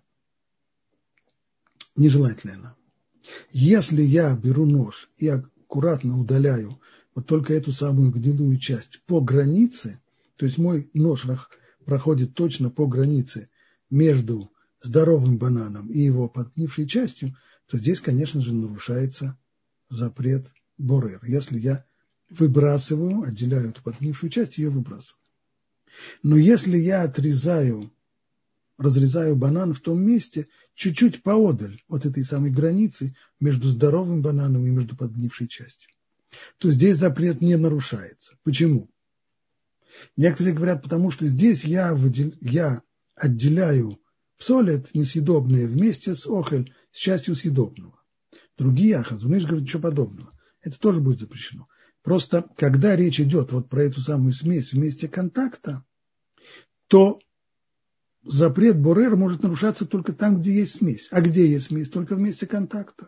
Нежелательная она. Если я беру нож и аккуратно удаляю вот только эту самую гнилую часть по границе, то есть мой нож проходит точно по границе между здоровым бананом и его подгнившей частью, то здесь, конечно же, нарушается запрет борер. Если я выбрасываю, отделяю эту подгнившую часть, ее выбрасываю. Но если я разрезаю банан в том месте, чуть-чуть поодаль от этой самой границы между здоровым бананом и между подгнившей частью, то здесь запрет не нарушается. Почему? Некоторые говорят, потому что здесь я отделяю псолет несъедобное вместе с охель, с частью съедобного. Другие ахазуныш говорят, ничего подобного. Это тоже будет запрещено. Просто когда речь идет вот про эту самую смесь в месте контакта, то запрет борер может нарушаться только там, где есть смесь. А где есть смесь? Только в месте контакта.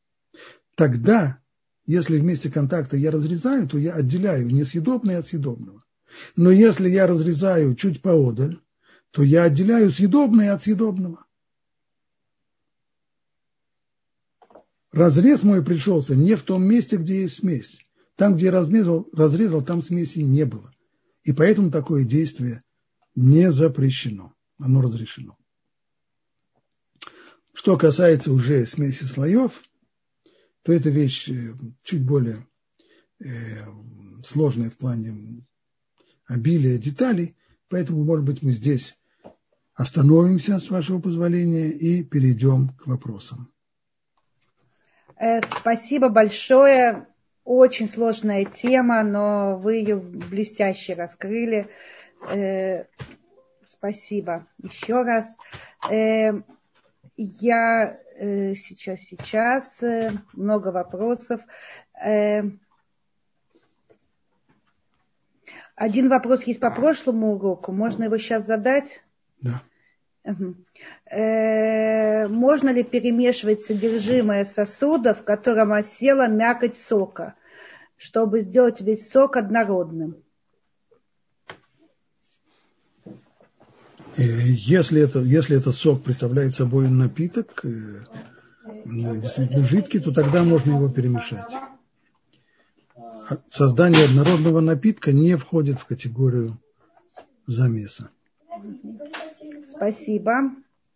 Тогда, если в месте контакта я разрезаю, то я отделяю несъедобное от съедобного. Но если я разрезаю чуть поодаль, то я отделяю съедобное от съедобного. Разрез мой пришелся не в том месте, где есть смесь. Там, где я разрезал, там смеси не было. И поэтому такое действие не запрещено, оно разрешено. Что касается уже смеси слоев, то эта вещь чуть более сложная в плане обилия деталей, поэтому, может быть, мы здесь остановимся, с вашего позволения, и перейдем к вопросам. Спасибо большое. Очень сложная тема, но вы ее блестяще раскрыли. Спасибо еще раз. Я сейчас много вопросов. Один вопрос есть по прошлому уроку. Можно его сейчас задать? Да. Можно ли перемешивать содержимое сосуда, в котором осела мякоть сока, чтобы сделать весь сок однородным? Если этот сок представляет собой напиток, действительно жидкий, то тогда можно его перемешать. Создание однородного напитка не входит в категорию замеса. Спасибо.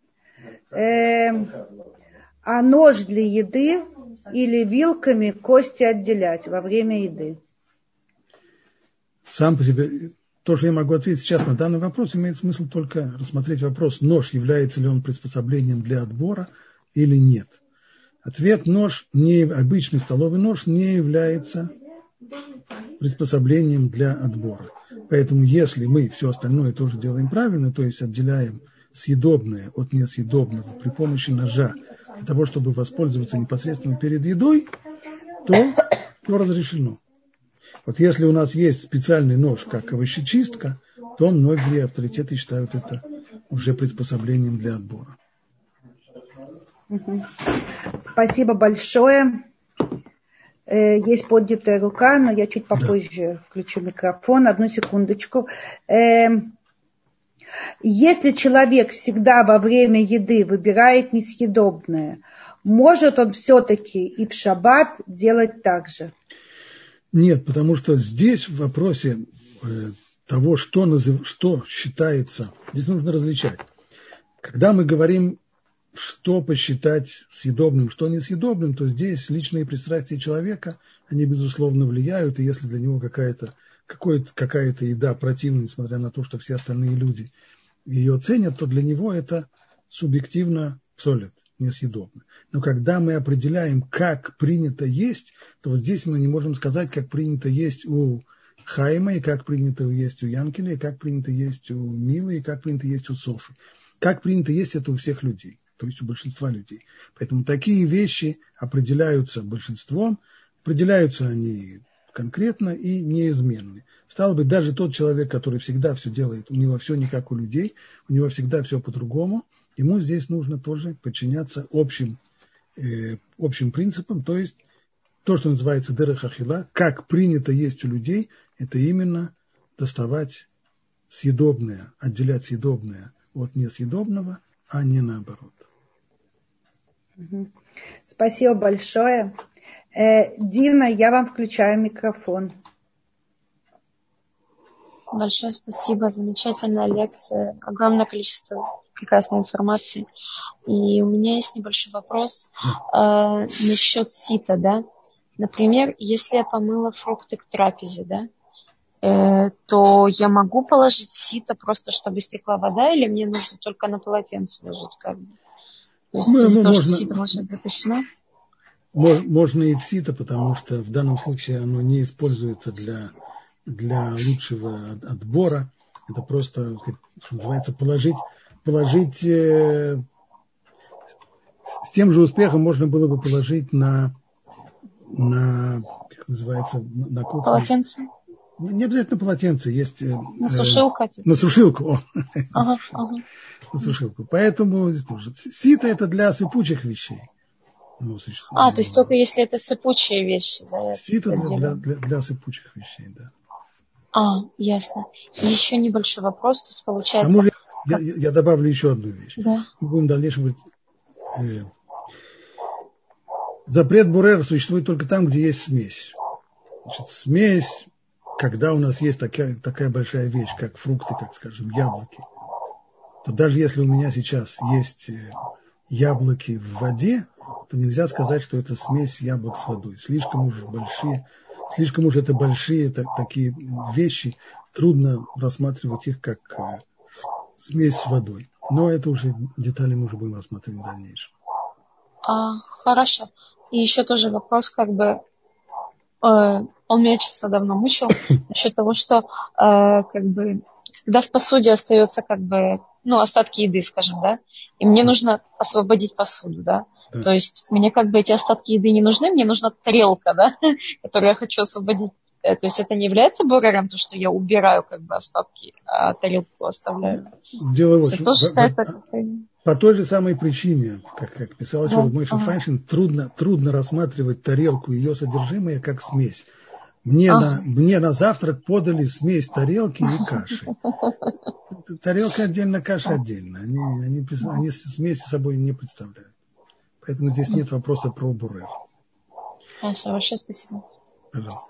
А нож для еды или вилками кости отделять во время еды? Сам по себе, то, что я могу ответить сейчас на данный вопрос, имеет смысл только рассмотреть вопрос, нож, является ли он приспособлением для отбора или нет. Ответ: нож, обычный столовый нож, не является приспособлением для отбора. Поэтому если мы все остальное тоже делаем правильно, то есть отделяем съедобное от несъедобного при помощи ножа для того, чтобы воспользоваться непосредственно перед едой, то разрешено. Вот если у нас есть специальный нож, как овощечистка, то многие авторитеты считают это уже приспособлением для отбора. Спасибо большое. Есть поднятая рука, но я чуть попозже включу микрофон. Одну секундочку. Если человек всегда во время еды выбирает несъедобное, может он все-таки и в шаббат делать так же? Нет, потому что здесь в вопросе того, что считается, здесь нужно различать. Когда мы говорим, что посчитать съедобным, что несъедобным, то здесь личные пристрастия человека, они, безусловно, влияют, и если для него какая-то еда противна, несмотря на то, что все остальные люди ее ценят, то для него это субъективно псолет, несъедобно. Но когда мы определяем, как принято есть, то вот здесь мы не можем сказать, как принято есть у Хайма, и как принято есть у Янкеля, и как принято есть у Милы, и как принято есть у Софы. Как принято есть это у всех людей, то есть у большинства людей. Поэтому такие вещи определяются большинством, определяются они конкретно и неизменны. Стало быть, даже тот человек, который всегда все делает, у него все не как у людей, у него всегда все по-другому, ему здесь нужно тоже подчиняться общим принципам, то есть то, что называется дерех ахила, как принято есть у людей, это именно доставать съедобное, отделять съедобное от несъедобного, а не наоборот. Спасибо большое. Дина, я вам включаю микрофон. Большое спасибо, замечательная лекция, огромное количество прекрасной информации. И у меня есть небольшой вопрос насчет сита, да. Например, если я помыла фрукты к трапезе, да, то я могу положить в сито просто, чтобы стекла вода, или мне нужно только на полотенце ложить, как бы? То есть из-за того, что сито может запрещено? Можно и в сито, потому что в данном случае оно не используется для лучшего отбора. Это просто, что называется, положить с тем же успехом можно было бы положить на как называется, на кухню. Полотенце? Не обязательно полотенце, есть... На сушилку. На сушилку. Ага. На сушилку. Поэтому здесь тоже. Сито это для сыпучих вещей. То есть только если это сыпучие вещи, да? Сито для сыпучих вещей, да. Ясно. И еще небольшой вопрос, то есть получается... Я добавлю еще одну вещь. Да. Мы будем в дальнейшем говорить. Запрет бурер существует только там, где есть смесь. Значит, смесь когда у нас есть такая большая вещь, как фрукты, как, скажем, яблоки, то даже если у меня сейчас есть яблоки в воде, то нельзя сказать, что это смесь яблок с водой. Слишком уж это большие такие вещи, трудно рассматривать их как смесь с водой. Но это уже детали мы уже будем рассматривать в дальнейшем. Хорошо. И еще тоже вопрос, он меня, честно, давно мучил, насчет того, что когда в посуде остается остатки еды, скажем, да, и мне нужно освободить посуду, да, то есть мне эти остатки еды не нужны, мне нужна тарелка, да, которую я хочу освободить. То есть это не является бурером, то, что я убираю остатки, а тарелку оставляю. Дело в том, по той же самой причине, как писал еще Мойше Файнштейн, трудно рассматривать тарелку и ее содержимое как смесь. Мне на завтрак подали смесь тарелки и каши. Тарелка отдельно, каша отдельно. Они смесь собой не представляют. Поэтому здесь нет вопроса про бурер. Хорошо, большое спасибо. Пожалуйста.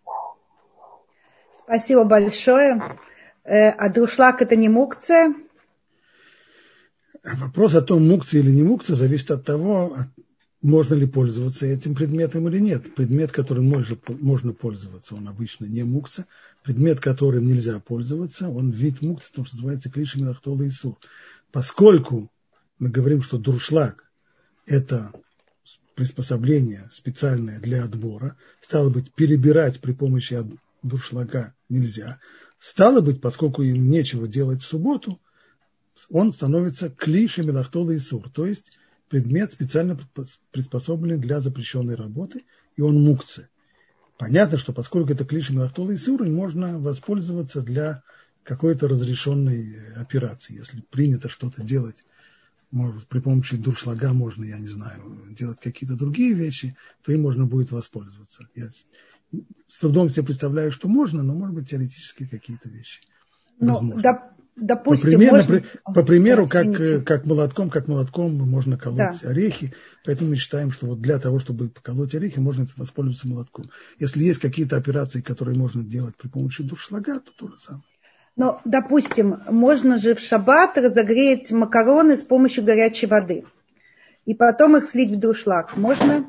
Спасибо большое. А друшлак это не мукция? Вопрос о том, мукция или не мукция, зависит от того, можно ли пользоваться этим предметом или нет. Предмет, которым можно пользоваться, он обычно не мукция. Предмет, которым нельзя пользоваться, он вид мукции, потому что называется клиша мелахтол и исур. Поскольку мы говорим, что дуршлаг – это приспособление специальное для отбора, стало быть, перебирать при помощи дуршлага нельзя. Стало быть, поскольку им нечего делать в субботу, он становится клиша мелахтол и исур, то есть предмет специально приспособленный для запрещенной работы, и он мукция. Понятно, что поскольку это клиша мелахтол и исур, можно воспользоваться для какой-то разрешенной операции. Если принято что-то делать, может, при помощи дуршлага можно, я не знаю, делать какие-то другие вещи, то им можно будет воспользоваться. Я с трудом себе представляю, что можно, но, может быть, теоретически какие-то вещи возможны. Допустим, по примеру, как молотком можно колоть орехи, поэтому мы считаем, что вот для того, чтобы поколоть орехи, можно воспользоваться молотком. Если есть какие-то операции, которые можно делать при помощи дуршлага, то же самое. Но, допустим, можно же в шаббат разогреть макароны с помощью горячей воды и потом их слить в дуршлаг. Можно?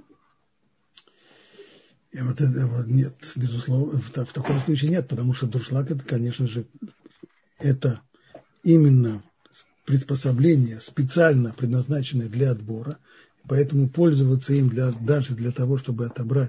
Нет, безусловно, в таком случае нет, потому что дуршлаг это, конечно же, это именно приспособление, специально предназначенное для отбора, поэтому пользоваться им даже для того, чтобы отобрать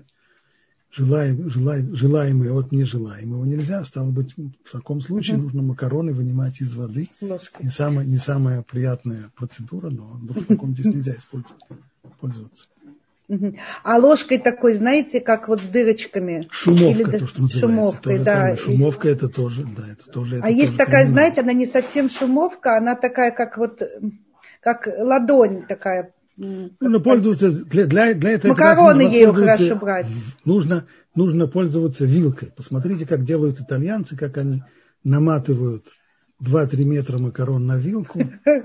желаемое от нежелаемого нельзя. Стало быть, в таком случае нужно макароны вынимать из воды. Не самая приятная процедура, но дуршлагом здесь нельзя пользоваться. А ложкой такой, знаете, как вот с дырочками. Шумовка, то, что называется. Шумовкой, да. Шумовка это тоже. Есть такая, знаете, она не совсем шумовка, она такая, как ладонь такая. Пользоваться для этой макароны ею хорошо брать. Нужно пользоваться вилкой. Посмотрите, как делают итальянцы, как они наматывают 2-3 метра макарон на вилку.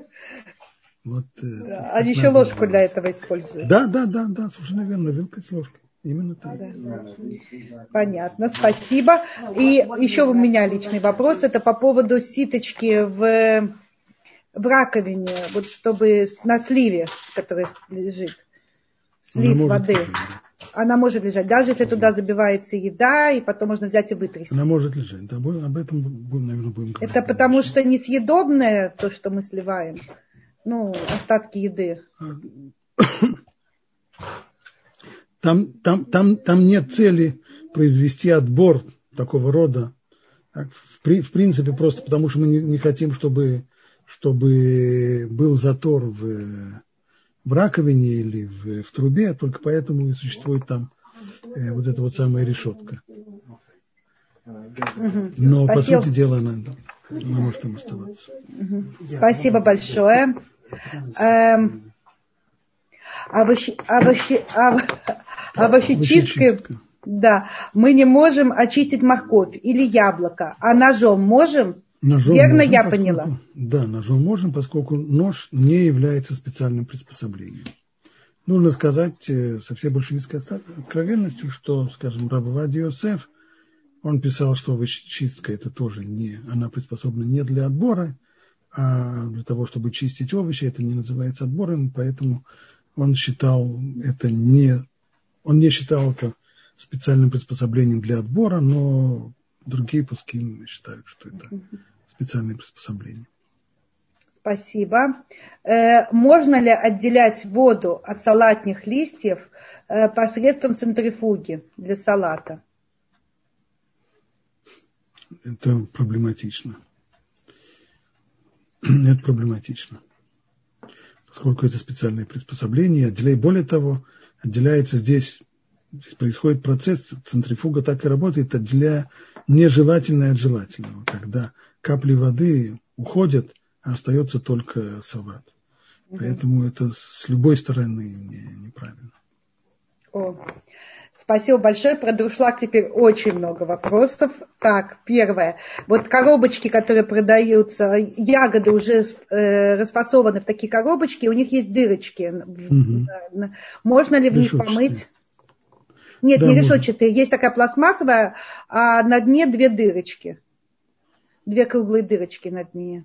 Они еще ложку для этого используют. Да, совершенно верно, вилка с ложкой. Именно так. Понятно, спасибо. И еще у меня личный вопрос, это по поводу ситочки в раковине, вот чтобы на сливе, который лежит, слив воды. Она может лежать, даже если туда забивается еда, и потом можно взять и вытрясти. Она может лежать, да, об этом, наверное, будем говорить. Это потому что несъедобное то, что мы сливаем. Остатки еды. Там нет цели произвести отбор такого рода. В принципе, просто потому что мы не хотим, чтобы был затор в раковине или в трубе, только поэтому и существует там вот эта вот самая решетка. Но, по сути дела, она может там оставаться. Спасибо большое. Овощечисткой, да, мы не можем очистить морковь или яблоко, а ножом можем? Верно, я поняла. Да, ножом можем, поскольку нож не является специальным приспособлением. Нужно сказать со всей большевистской откровенностью, что, скажем, рав Овадия Йосеф Он писал, что овощечистка это тоже она приспособлена не для отбора, а для того, чтобы чистить овощи. Это не называется отбором, поэтому он не считал это специальным приспособлением для отбора, но другие пуским считают, что это специальное приспособление. Спасибо. Можно ли отделять воду от салатных листьев посредством центрифуги для салата? Это проблематично. Это проблематично. Поскольку это специальное приспособление, более того, отделяется здесь происходит процесс, центрифуга так и работает, отделяя нежелательное от желательного, когда капли воды уходят, а остается только салат. Поэтому это с любой стороны неправильно. Спасибо большое. Про дуршлаг теперь очень много вопросов. Так, первое. Вот коробочки, которые продаются, ягоды уже расфасованы в такие коробочки, у них есть дырочки. Можно ли в них помыть? Нет, да, не решетчатые. Есть такая пластмассовая, а на дне 2 дырочки. 2 круглые дырочки на дне.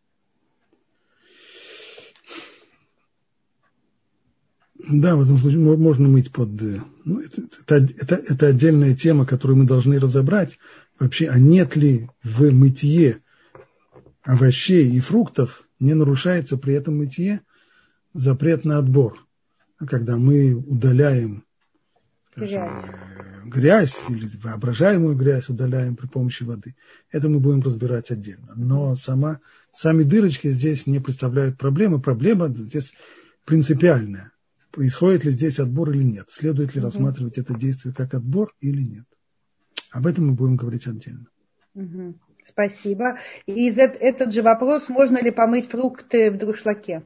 Да, в этом случае можно мыть под... это отдельная тема, которую мы должны разобрать. Вообще, а нет ли в мытье овощей и фруктов, не нарушается при этом мытье запрет на отбор? Когда мы удаляем, скажем, грязь или воображаемую грязь удаляем при помощи воды. Это мы будем разбирать отдельно. Но сами дырочки здесь не представляют проблемы. Проблема здесь принципиальная. Происходит ли здесь отбор или нет? Следует ли рассматривать это действие как отбор или нет? Об этом мы будем говорить отдельно. Спасибо. И этот же вопрос, можно ли помыть фрукты в дуршлаге?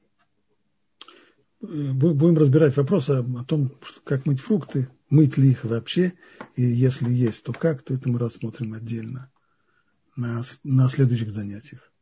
Будем разбирать вопрос о том, как мыть фрукты, мыть ли их вообще, и если есть, то как, то это мы рассмотрим отдельно на следующих занятиях.